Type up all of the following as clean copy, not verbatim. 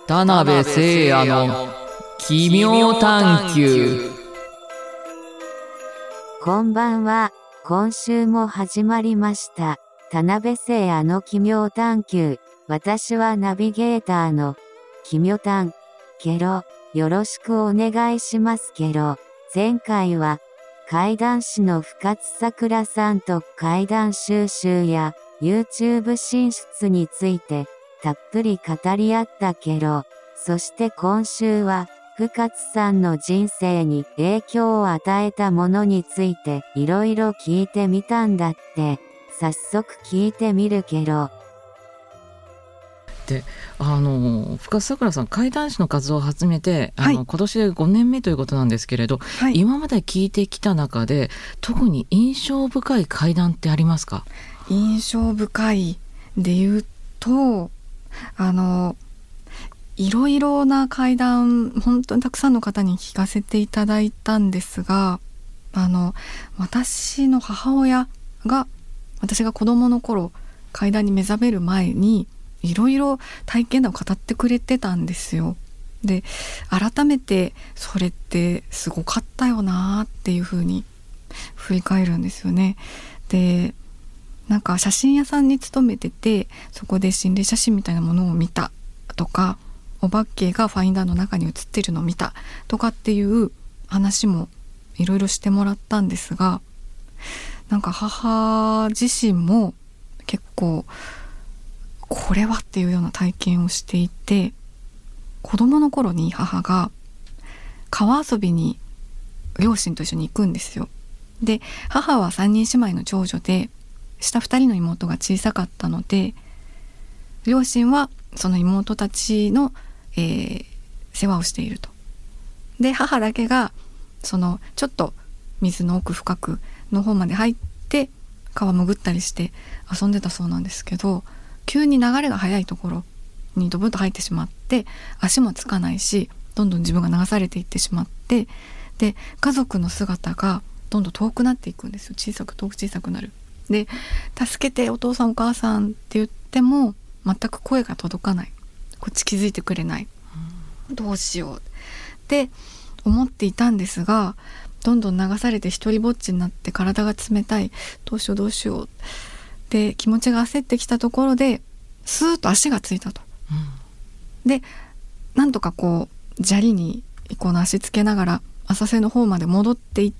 田辺聖也の奇妙探求。 こんばんは。今週も始まりました。田辺聖也の奇妙探求。私はナビゲーターの奇妙探ケロ。よろしくお願いしますケロ。前回は怪談師の深津さくらさんと怪談収集や YouTube 進出についてたっぷり語り合ったケロ。そして今週は深津さんの人生に影響を与えたものについていろいろ聞いてみたんだって。早速聞いてみるケロ。 で、深津さくらさん、怪談師の活動を始めて、今年で5年目ということなんですけれど、今まで聞いてきた中で特に印象深い怪談ってありますか？ 印象深いで言うと、いろいろな怪談、本当にたくさんの方に聞かせていただいたんですが、私の母親が、私が子供の頃怪談に目覚める前にいろいろ体験談を語ってくれてたんですよ。で、改めてそれってすごかったよなっていうふうに振り返るんですよね。で、なんか写真屋さんに勤めてて、そこで心霊写真みたいなものを見たとか、お化けがファインダーの中に写ってるのを見たとかっていう話もいろいろしてもらったんですが、なんか母自身も結構これはっていうような体験をしていて、子供の頃に母が川遊びに両親と一緒に行くんですよ。で、母は3人姉妹の長女で、下2人の妹が小さかったので、両親はその妹たちの、世話をしていると。で、母だけがそのちょっと水の奥深くの方まで入って川潜ったりして遊んでたそうなんですけど、急に流れが速いところにドブンと入ってしまって、足もつかないし、どんどん自分が流されていってしまって、で、家族の姿がどんどん遠くなっていくんですよ。遠く小さくなる。で、助けてお父さんお母さんって言っても全く声が届かない。こっち気づいてくれない。どうしようって思っていたんですが、どんどん流されて一人ぼっちになって体が冷たい。どうしようで気持ちが焦ってきたところでスーッと足がついたと。で、なんとかこう砂利にこの足つけながら浅瀬の方まで戻っていって、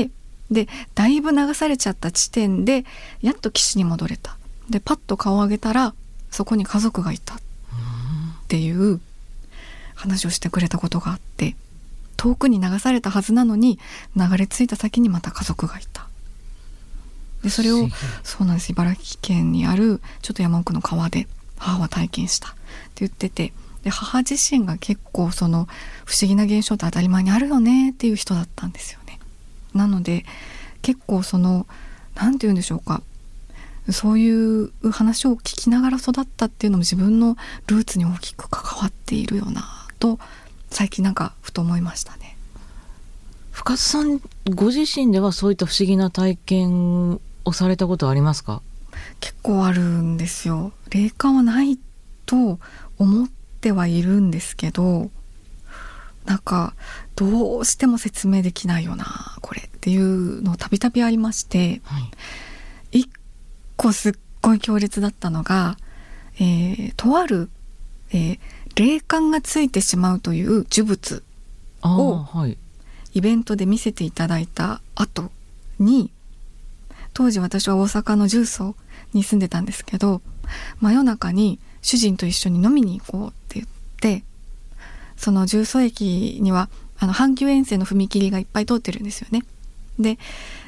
でだいぶ流されちゃった地点でやっと岸に戻れた。でパッと顔を上げたらそこに家族がいたっていう話をしてくれたことがあって、遠くに流されたはずなのに流れ着いた先にまた家族がいた。でそれを、そうなんです、茨城県にあるちょっと山奥の川で母は体験したって言ってて、で母自身が結構その不思議な現象って当たり前にあるよねっていう人だったんですよね。なので結構そのなんて言うんでしょうか、そういう話を聞きながら育ったっていうのも自分のルーツに大きく関わっているよなと最近なんかふと思いましたね。 深津さんご自身ではそういった不思議な体験をされたことはありますか？ 結構あるんですよ。霊感はないと思ってはいるんですけど、なんかどうしても説明できないよなこれっていうのたびたびありまして、一個すっごい強烈だったのが、とある、霊感がついてしまうという呪物をイベントで見せていただいた後に、当時私は大阪の重曹に住んでたんですけど、真夜中に主人と一緒に飲みに行こうって言って、その重曹駅には阪急沿線の踏切がいっぱい通ってるんですよね。で、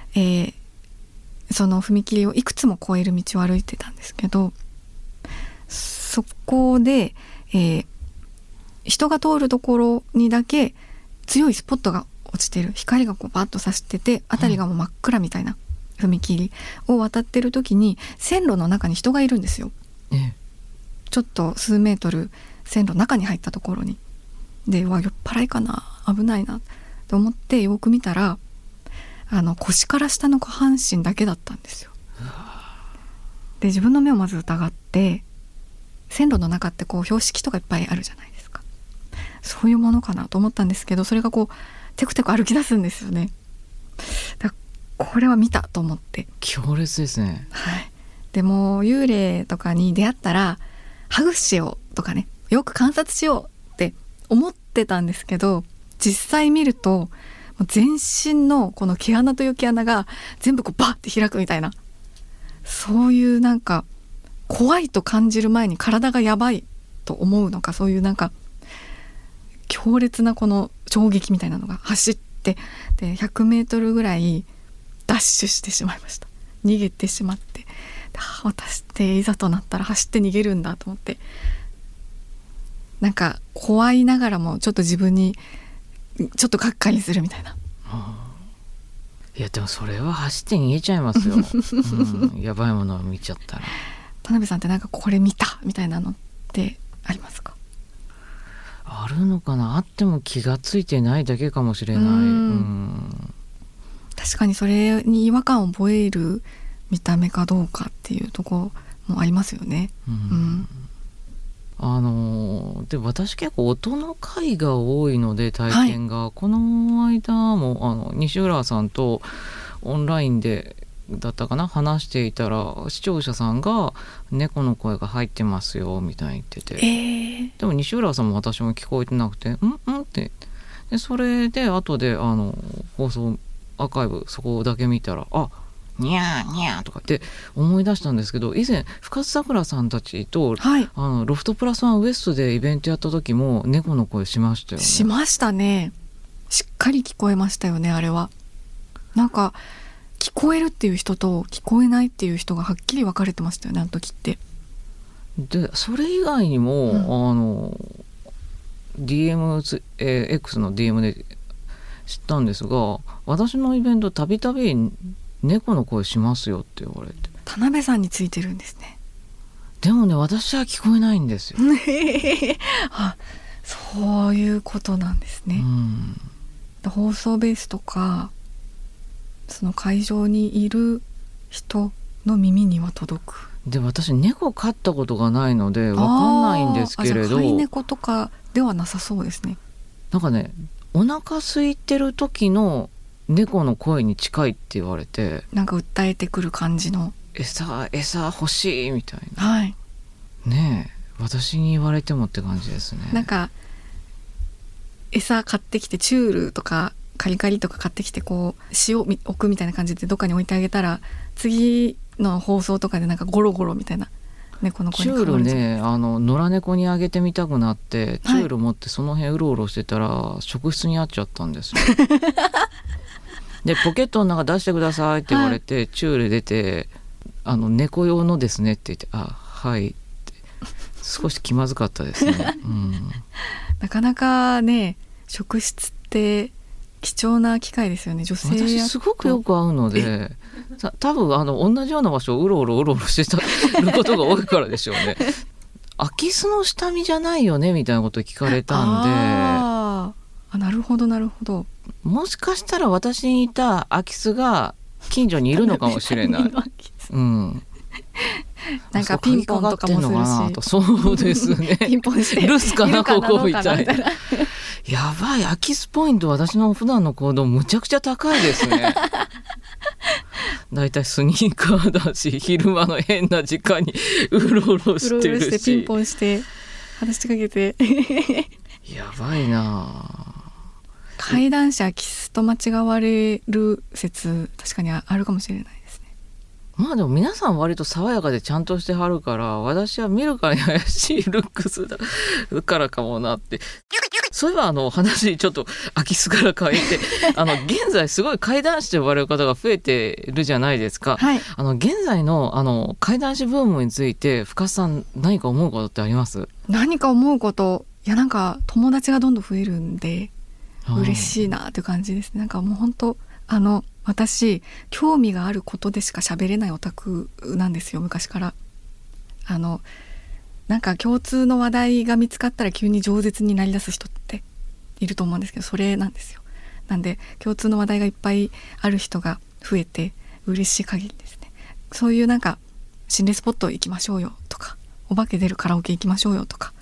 その踏切をいくつも越える道を歩いてたんですけど、そこで、人が通るところにだけ強いスポットが落ちてる、光がこうバッと差してて辺りがもう真っ暗みたいな踏切を渡ってる時に線路の中に人がいるんですよ。ちょっと数メートル線路の中に入ったところに。で、酔っ払いかな、危ないなと思ってよく見たら、腰から下の下半身だけだったんですよ。で、自分の目をまず疑って、線路の中ってこう標識とかいっぱいあるじゃないですか。 そういうものかなと思ったんですけど、それがこうテクテク歩き出すんですよね。だこれは見たと思って。 強烈ですね。 はい。でも幽霊とかに出会ったらハグしようとかね、よく観察しようって思ってたんですけど、実際見るともう全身のこの毛穴という毛穴が全部こうバッて開くみたいな、そういうなんか怖いと感じる前に体がやばいと思うのか、そういうなんか強烈なこの衝撃みたいなのが走って、で100メートルぐらいダッシュしてしまいました。逃げてしまって、私っていざとなったら走って逃げるんだと思って、なんか怖いながらもちょっと自分にちょっとがっかりするみたいな。 いやでもそれは走って逃げちゃいますよ、やばいものを見ちゃったら。 田辺さんってなんかこれ見たみたいなのってありますか？ あるのかな。あっても気がついてないだけかもしれない。 確かにそれに違和感を覚える見た目かどうかっていうところもありますよね。 で私結構音の回が多いので体験が、この間も西浦さんとオンラインでだったかな話していたら、視聴者さんが猫の声が入ってますよみたいに言ってて、でも西浦さんも私も聞こえてなくてってで、それで後で放送アーカイブそこだけ見たらニャーニャーとかって思い出したんですけど、以前深津さくらさんたちと、ロフトプラスワンウエストでイベントやった時も猫の声しましたよね。 しましたね。しっかり聞こえましたよね。あれはなんか聞こえるっていう人と聞こえないっていう人がはっきり分かれてましたよね、あの時って。 でそれ以外にも、DM、X の DM で知ったんですが、私のイベントたびたび猫の声しますよって言われて。 田辺さんについてるんですね。 でもね、私は聞こえないんですよ。 そういうことなんですね。放送ベースとかその会場にいる人の耳には届く。 で私猫飼ったことがないので分かんないんですけれど、 飼い猫とかではなさそうですね。 なんかね、お腹空いてる時の猫の声に近いって言われて、 なんか訴えてくる感じの餌欲しいみたいな、ねえ、私に言われてもって感じですね。 なんか餌買ってきてチュールとかカリカリとか買ってきてこう塩置くみたいな感じでどっかに置いてあげたら、次の放送とかでなんかゴロゴロみたいな猫の声に変わる。 チュールね、野良猫にあげてみたくなってチュール持ってその辺うろうろしてたら、職質にあっちゃったんですよ。でポケットの中出してくださいって言われて、チュール出て猫用のですねって言って、はいって少し気まずかったですね。 なかなかね、職質って貴重な機会ですよね。女性私すごくよく会うので、多分同じような場所をうろうろしてることが多いからでしょうね。空き巣の下見じゃないよねみたいなこと聞かれたんで、 なるほどなるほど。 もしかしたら私にいた空き巣が近所にいるのかもしれない。 なんかピンポンとかもするし。 そうですね。 ピンポンして留守かなここみたいな。やばい、空き巣ポイント、私の普段の行動むちゃくちゃ高いですね。だいたいスニーカーだし、昼間の変な時間にうろうろしてるし、 うろうろしてピンポンして話しかけて。 やばいな。 怪談師空き巣と間違われる説、確かにあるかもしれないですね。 まあでも皆さん割と爽やかでちゃんとしてはるから、私は見るからに怪しいルックスだからかもなって。そういえば話ちょっと空き巣から変えて現在すごい怪談師と呼ばれる方が増えてるじゃないですか。現在の怪談師ブームについて深津さん何か思うことってあります？ 何か思うこと、いやなんか友達がどんどん増えるんで嬉しいなっていう感じですね。なんかもう本当私興味があることでしか喋れないオタクなんですよ、昔から。なんか共通の話題が見つかったら急に饒舌になりだす人っていると思うんですけど、それなんですよ。なんで共通の話題がいっぱいある人が増えて嬉しい限りですね。そういうなんか心霊スポット行きましょうよとか、お化け出るカラオケ行きましょうよとか、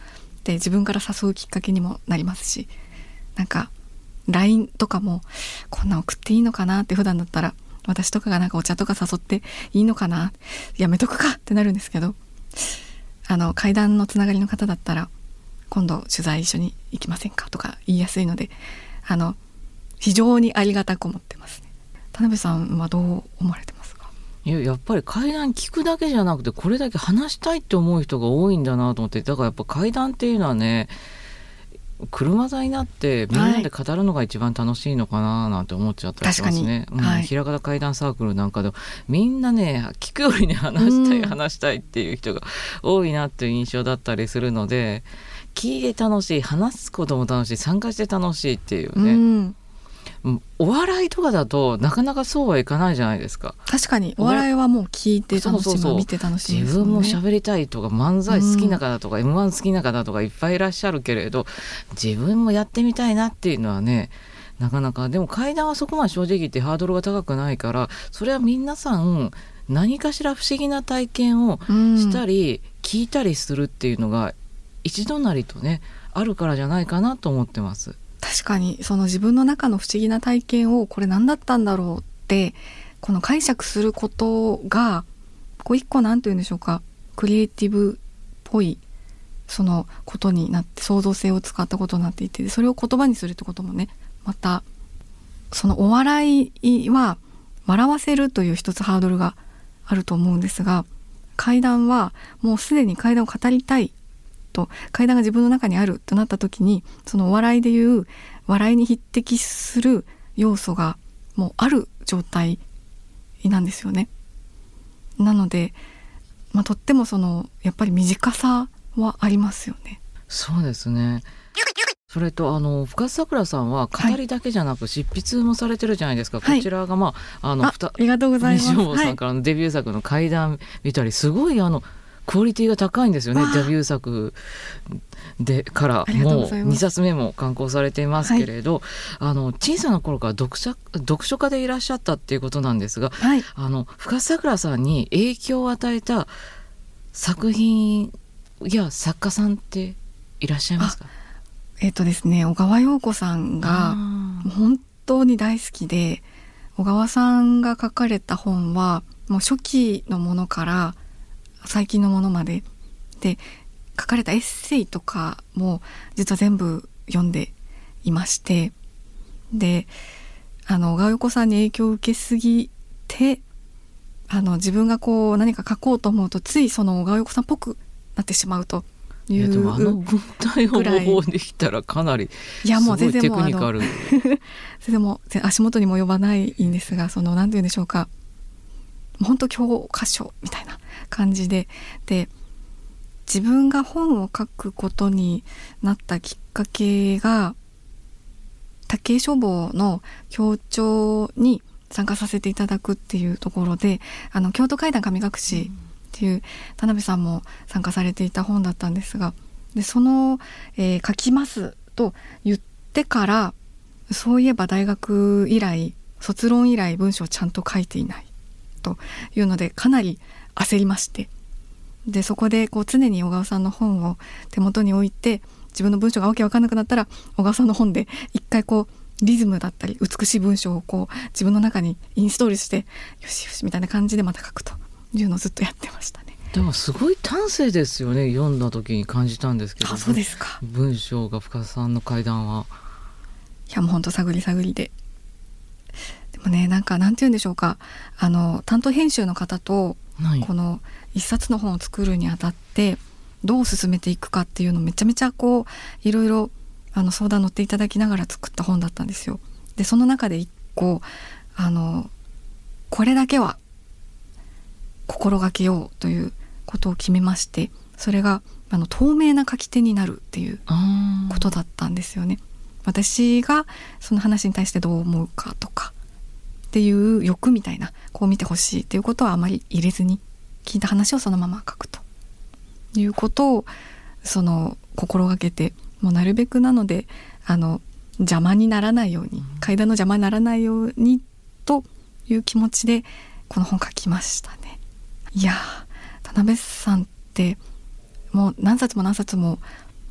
って自分から誘うきっかけにもなりますし、なんか LINE とかもこんな送っていいのかなって普段だったら私とかがなんかお茶とか誘っていいのかな、やめとくかってなるんですけど、階段のつながりの方だったら今度取材一緒に行きませんかとか言いやすいので、非常にありがたく思ってますね。田辺さんはどう思われてますか？ やっぱり怪談聞くだけじゃなくてこれだけ話したいって思う人が多いんだなと思って、だからやっぱ怪談っていうのはね、車座になってみんなで語るのが一番楽しいのかななんて思っちゃったりしますね。平方怪談サークルなんかでもみんなね、聞くよりね話したいっていう人が多いなっていう印象だったりするので、聞いて楽しい、話すことも楽しい、参加して楽しいっていうね、お笑いとかだとなかなかそうはいかないじゃないですか。 確かにお笑いはもう聞いて楽しむ、見て楽しむ、 自分も喋りたいとか漫才好きな方とか、M1 好きな方とかいっぱいいらっしゃるけれど、自分もやってみたいなっていうのはね、なかなか。でも怪談はそこまで正直言ってハードルが高くないから、それは皆さん何かしら不思議な体験をしたり、聞いたりするっていうのが一度なりとねあるからじゃないかなと思ってます。 確かにその自分の中の不思議な体験をこれ何だったんだろうってこの解釈することがこう一個なんていうんでしょうか、クリエイティブっぽいそのことになって、創造性を使ったことになっていて、それを言葉にするってこともね、またそのお笑いは笑わせるという一つハードルがあると思うんですが、怪談はもうすでに怪談を語りたいと、怪談が自分の中にあるとなった時に、そのお笑いでいう笑いに匹敵する要素がもうある状態なんですよね。なので、とってもそのやっぱり短さはありますよね。 そうですね。それと深津さくらさんは語りだけじゃなく執筆もされてるじゃないですか。こちらがありがとうございます。 西本さんからのデビュー作の怪談見たり、すごいクオリティが高いんですよね。デビュー作でからもう2冊目も刊行されていますけれど、小さな頃から読書家でいらっしゃったっていうことなんですが、深津さくらさんに影響を与えた作品や作家さんっていらっしゃいますか？ ですね、小川洋子さんが本当に大好きで、小川さんが書かれた本はもう初期のものから最近のものまでで、書かれたエッセイとかも実は全部読んでいまして、で小川洋子さんに影響を受けすぎて自分がこう何か書こうと思うとついその小川洋子さんっぽくなってしまうというでも文体を模倣できたらかなりすごいテクニカル。 それでも足元にも及ばないんですが、その何て言うんでしょうか、本当教科書みたいな感じで、自分が本を書くことになったきっかけが竹井書房の協調に参加させていただくっていうところで、京都怪談神隠しっていう田辺さんも参加されていた本だったんですが、でその、書きますと言ってから、そういえば大学以来卒論以来文章をちゃんと書いていないというのでかなり焦りまして、でそこでこう常に小川さんの本を手元に置いて、自分の文章がわけわかんなくなったら小川さんの本で一回こうリズムだったり美しい文章をこう自分の中にインストールして、よしよしみたいな感じでまた書くというのをずっとやってましたね。 でもすごい端正ですよね。読んだ時に感じたんですけど。 そうですか。 文章が深津さんの怪談は。 いやもうほんと探り探りで。でもね、なんて言うんでしょうか、担当編集の方とこの一冊の本を作るにあたってどう進めていくかっていうのをめちゃめちゃこういろいろ相談乗っていただきながら作った本だったんですよ。でその中で一個これだけは心がけようということを決めまして、それが透明な書き手になるっていうことだったんですよね。私がその話に対してどう思うかとかっていう欲みたいな、こう見てほしいっていうことはあまり入れずに、聞いた話をそのまま書くということを心がけて、もうなるべくなので邪魔にならないように、怪談の邪魔にならないようにという気持ちでこの本書きましたね。いや田辺さんってもう何冊も何冊も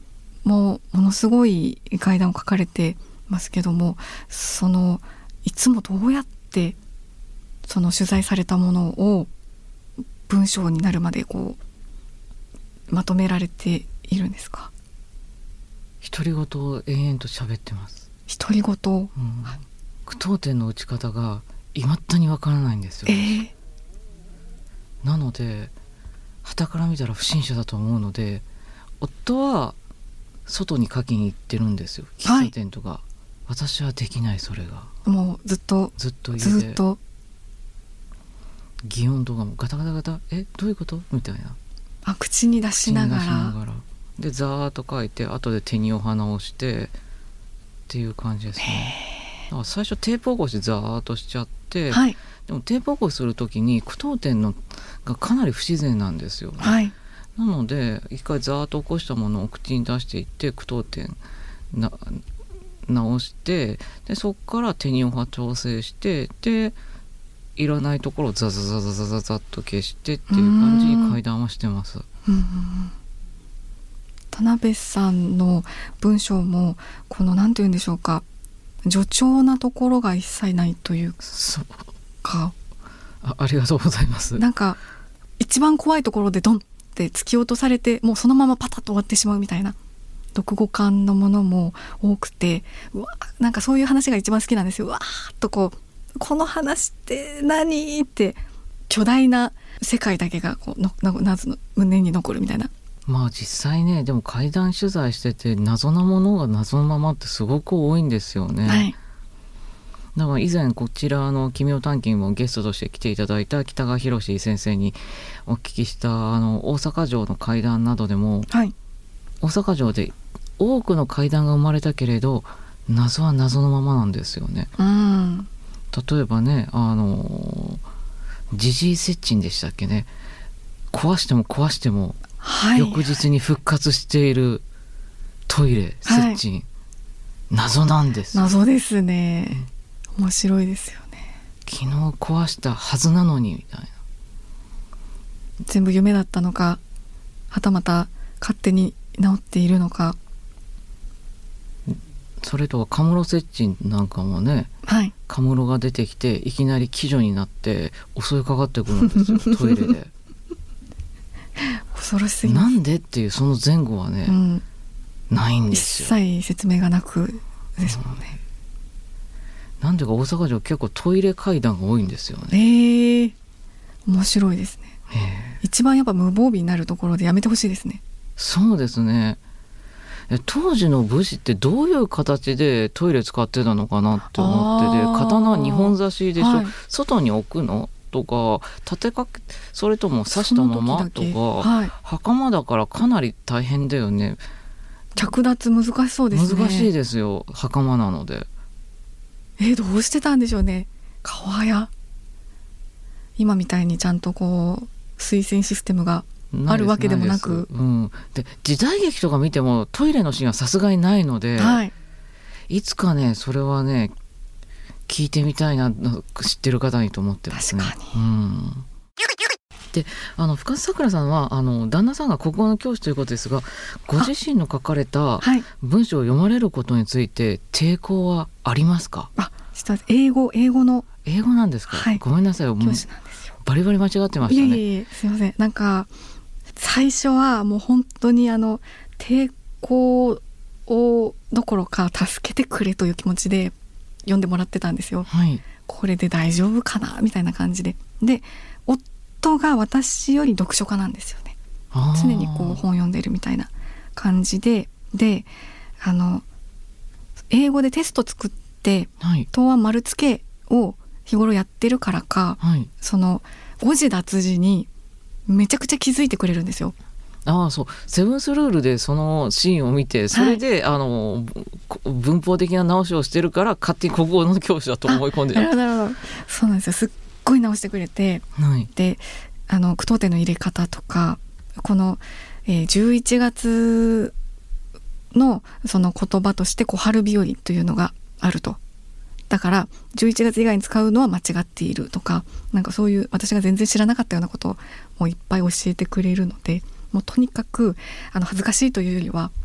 ものすごい怪談を書かれてますけども、いつもどうやってその取材されたものを文章になるまでこうまとめられているんですか？ 独り言を延々と喋ってます。 独り言、 句読点の打ち方が未だにわからないんですよ。なので傍から見たら不審者だと思うので、夫は外に書きに行ってるんですよ、喫茶店とか。私はできない。それがもうずっと家で擬音とかもガタガタガタ、どういうことみたいな、 口に出しながらでザーッと書いて、後で手にお花をしてっていう感じですね。だから最初テープ起こしザーッとしちゃって、でもテープ起こしする時に句読点のがかなり不自然なんですよね。なので一回ザーッと起こしたものを口に出していって句読点直して、でそこから手にお花調整して、でいらないところをザザザザザザザッと消してっていう感じに階段はしてます。 田辺さんの文章もなんて言うんでしょうか、冗長なところが一切ないというか。 ありがとうございます。 なんか一番怖いところでドンって突き落とされて、もうそのままパタッと終わってしまうみたいな読後感のものも多くて、なんかそういう話が一番好きなんですよ。わーっとこの話って何って巨大な世界だけが胸に残るみたいな。 実際ね、でも怪談取材してて謎なものが謎のままってすごく多いんですよね。だから以前こちらの奇妙探検もゲストとして来ていただいた北川博先生にお聞きした大阪城の怪談などでも、大阪城で多くの怪談が生まれたけれど謎は謎のままなんですよね。例えばね、ジジイ接近でしたっけね、壊しても壊しても翌日に復活しているトイレ接近、謎なんです。 謎ですね。面白いですよね。 昨日壊したはずなのにみたいな。 全部夢だったのか、はたまた勝手に治っているのか。 それとはカムロ接近なんかもね、カムロが出てきていきなり鬼女になって襲いかかってくるんですよトイレで。 恐ろしすぎます。 なんでっていうその前後はね、ないんですよ。 一切説明がなくですもんね。 なんでか大阪城結構トイレ怪談が多いんですよね。 面白いですね。一番やっぱ無防備になるところでやめてほしいですね。 そうですね。当時の武士ってどういう形でトイレ使ってたのかなって思ってて、刀2本刺しでしょ、外に置くのとか、立てかけ、それとも刺したままとか、袴だからかなり大変だよね。 着脱難しそうですね。 難しいですよ、袴なので。 どうしてたんでしょうね。川や今みたいにちゃんと推薦システムがあるわけでもなく、 で時代劇とか見てもトイレのシーンはさすがにないので、いつかねそれはね聞いてみたいな、知ってる方にと思ってますね。 確かに。 で深津さくらさんは旦那さんが国語の教師ということですが、ご自身の書かれた文章を読まれることについて抵抗はありますか？ 実は英語なんですか？ごめんなさい、 教師なんですよ。 バリバリ間違ってましたね。 すいません。なんか最初はもう本当に抵抗をどころか助けてくれという気持ちで読んでもらってたんですよ。これで大丈夫かなみたいな感じで。で夫が私より読書家なんですよね。常に本読んでるみたいな感じで、英語でテスト作って、答案丸付けを日頃やってるからか、その誤字脱字にめちゃくちゃ気づいてくれるんですよ。 そうセブンスルールでそのシーンを見て、それで、文法的な直しをしてるから勝手に国語の教師だと思い込んでる。 なるほど。そうなんですよ。すっごい直してくれて、で句読点の入れ方とか、この、11月のその言葉として小春日和というのがあると。だから11月以外に使うのは間違っているとか、なんかそういう私が全然知らなかったようなことをもういっぱい教えてくれるので、もうとにかく恥ずかしいというよりは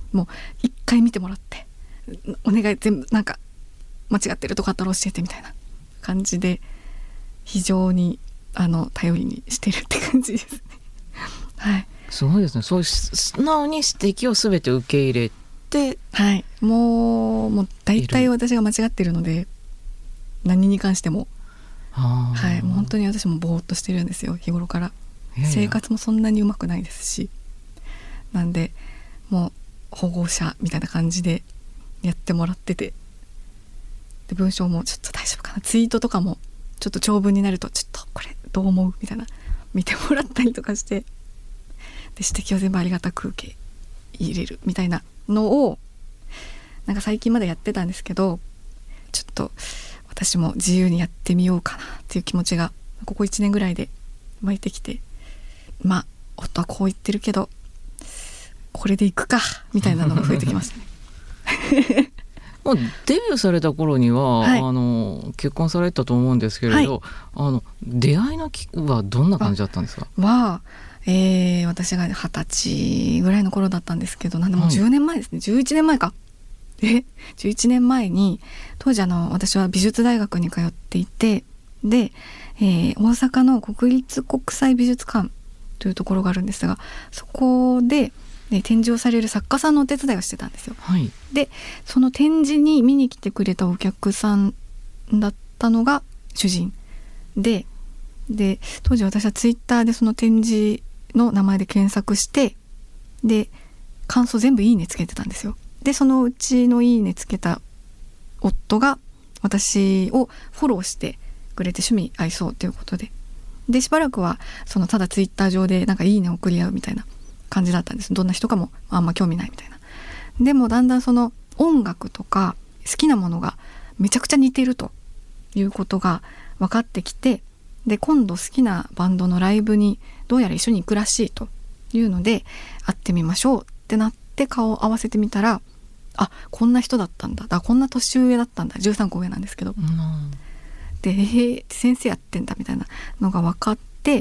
もう一回見てもらって、お願い、全部なんか間違ってるとこあったら教えてみたいな感じで、非常に頼りにしてるって感じですね。はい、 すごいですね。そういう素直に指摘を全て受け入れて、 はい、もう大体私が間違ってるので、何に関しても、はい、もう本当に私もぼーっとしてるんですよ、日頃から。生活もそんなにうまくないですし、なんでもう保護者みたいな感じでやってもらってて、で文章もちょっと大丈夫かな、ツイートとかもちょっと長文になるとちょっとこれどう思うみたいな見てもらったりとかして、で指摘を全部ありがたく受け入れるみたいなのをなんか最近までやってたんですけど、ちょっと私も自由にやってみようかなっていう気持ちがここ1年ぐらいで湧いてきて、まあ夫はこう言ってるけどこれでいくかみたいなのが増えてきましたね。 もうデビューされた頃には、 はい、 結婚されたと思うんですけれど、はい、出会いの期はどんな感じだったんですか？ 私が20歳ぐらいの頃だったんですけど、なんでもう10年前ですね、11年前か。11年前に、当時私は美術大学に通っていて、で、大阪の国立国際美術館というところがあるんですが、そこで、展示をされる作家さんのお手伝いをしてたんですよ。 はい、 でその展示に見に来てくれたお客さんだったのが主人で、当時私はツイッターでその展示の名前で検索して、で感想全部いいねつけてたんですよ。でそのうちのいいねつけた夫が私をフォローしてくれて、趣味合いそうということで、しばらくはただツイッター上でなんかいいね送り合うみたいな感じだったんです。どんな人かもあんま興味ないみたいな。でもだんだんその音楽とか好きなものがめちゃくちゃ似てるということが分かってきて、で今度好きなバンドのライブにどうやら一緒に行くらしいというので、会ってみましょうってなって顔を合わせてみたら、あ、こんな人だったんだ、こんな年上だったんだ、13個上なんですけど、で先生やってんだみたいなのが分かって、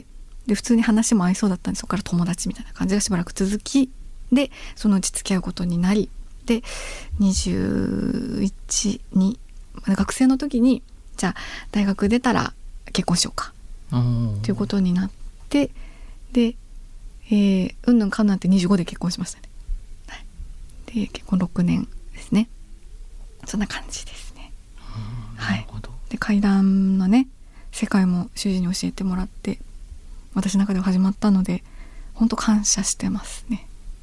で普通に話も合いそうだったんで、そこから友達みたいな感じがしばらく続き、でそのうち付き合うことになり、で21、2学生の時に、じゃあ大学出たら結婚しようかということになって、でうんぬんかんなんて25で結婚しましたね。はい、で結婚6年ですね。そんな感じですね。はい、で階段のね世界も主人に教えてもらって私の中では始まったので、本当感謝してますね。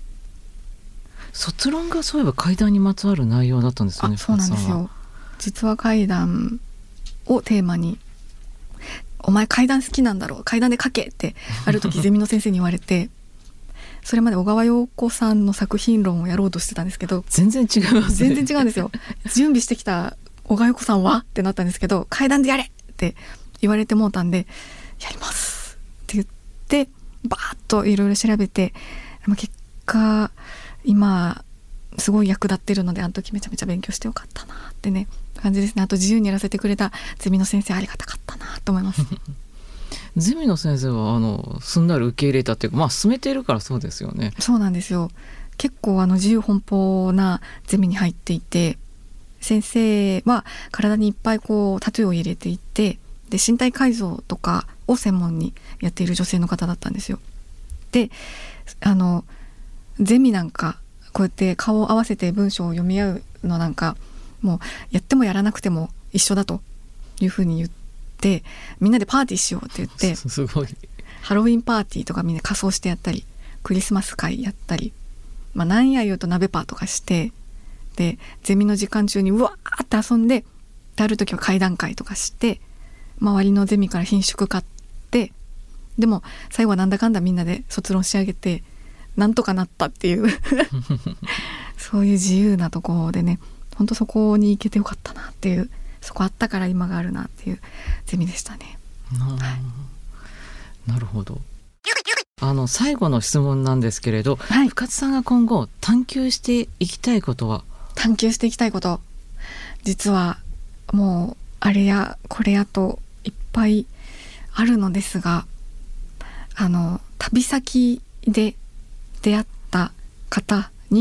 卒論がそういえば怪談にまつわる内容だったんですよね。 そうなんですよ。実は怪談をテーマに、お前怪談好きなんだろう、怪談で書けってある時ゼミの先生に言われて、それまで小川陽子さんの作品論をやろうとしてたんですけど、 全然違いますね。 全然違うんですよ。準備してきた小川陽子さんはってなったんですけど、怪談でやれって言われてもうたんで、やりますって言ってバーッといろいろ調べて、結果今すごい役立ってるので、あの時めちゃめちゃ勉強してよかったなってね感じですね。あと自由にやらせてくれたゼミの先生ありがたかったなと思います。 ゼミの先生はすんなり受け入れたっていうか、進めているからそうですよね。 そうなんですよ。結構自由奔放なゼミに入っていて、先生は体にいっぱいタトゥーを入れていて、で身体改造とかを専門にやっている女性の方だったんですよ。でゼミなんかこうやって顔を合わせて文章を読み合うのなんか、もうやってもやらなくても一緒だというふうに言って、みんなでパーティーしようって言ってすごいハロウィンパーティーとかみんな仮装してやったり、クリスマス会やったり、なんや言うと鍋パーとかして、でゼミの時間中にうわーって遊んで、ある時は怪談会とかして、周りのゼミから品種買って、でも最後はなんだかんだみんなで卒論仕上げてなんとかなったっていうそういう自由なところでね、本当そこに行けてよかったなっていう、そこあったから今があるなっていうゼミでしたね。 なるほど。最後の質問なんですけれど、 はい、 深津さんが今後探求していきたいことは？ 探求していきたいこと、実はもうあれやこれやといっぱいあるのですが、旅先で出会った方に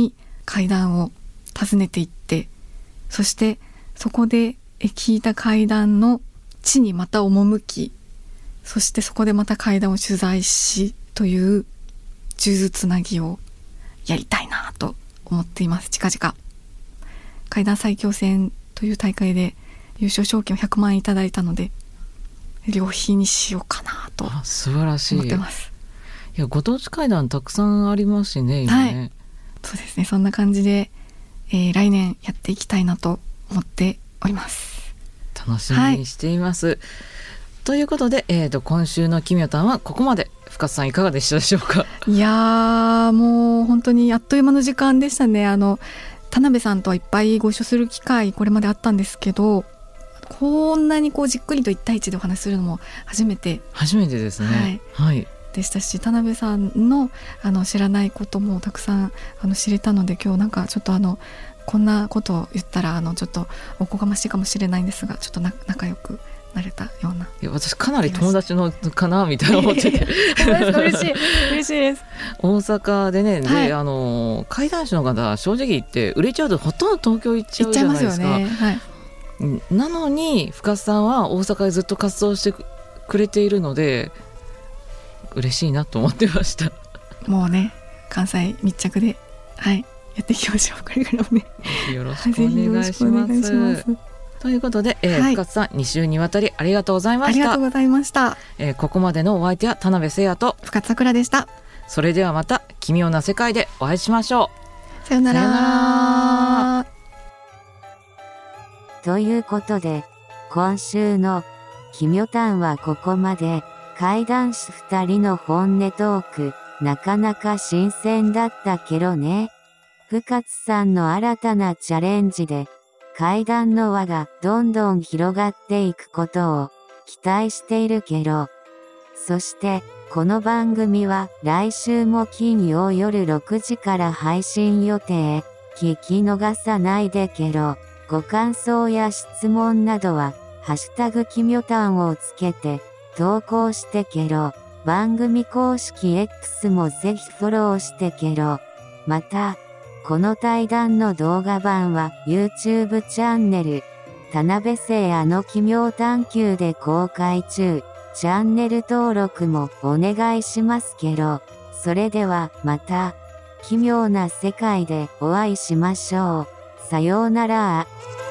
階段を訪ねていって、そしてそこで聞いた階段の地にまた赴き、そしてそこでまた階段を取材しという数珠つなぎをやりたいなと思っています。近々階段最強戦という大会で優勝賞金を100万円いただいたので、両費にしようかなと思ってます。 素晴らしい。いや、ご当地階段たくさんありますしね、今ね。 そうですね、そんな感じで、来年やっていきたいなと思っております。 楽しみにしています、ということで、今週の奇妙談はここまで。深津さんいかがでしたでしょうか？ いやー、もう本当にあっという間の時間でしたね。田辺さんとはいっぱいご一緒する機会これまであったんですけど、こんなにじっくりと1対1でお話しするのも初めてですね。 でしたし、田辺さんの知らないこともたくさん知れたので、今日なんかちょっとこんなことを言ったらちょっとおこがましいかもしれないんですが、ちょっと仲良くなれたような。 いや、私かなり友達のかなみたいな思ってて嬉しいです。 大阪でね、で怪談師の方正直言って売れちゃうとほとんど東京行っちゃうじゃないですか。なのに深津さんは大阪でずっと活動してくれているので嬉しいなと思ってました。 もうね、関西密着でやっていきましょう。これからもね、 よろしくお願いします。ということで、深津さん2週にわたりありがとうございました。 ありがとうございました。 ここまでのお相手は田辺誠也と深津さくらでした。 それではまた奇妙な世界でお会いしましょう。さよなら。 ということで、今週の奇妙談はここまで。怪談師2人の本音トーク、なかなか新鮮だったけどね。深津さんの新たなチャレンジで、怪談の輪がどんどん広がっていくことを期待しているけど。そして、この番組は来週も金曜夜6時から配信予定。聞き逃さないでけど、ご感想や質問などは、ハッシュタグ奇妙談をつけて、投稿してけろ。番組公式 X もぜひフォローしてけろ。また、この対談の動画版は YouTube チャンネル、田辺誠也の奇妙探求で公開中。チャンネル登録もお願いしますけろ。それではまた、奇妙な世界でお会いしましょう。さようなら。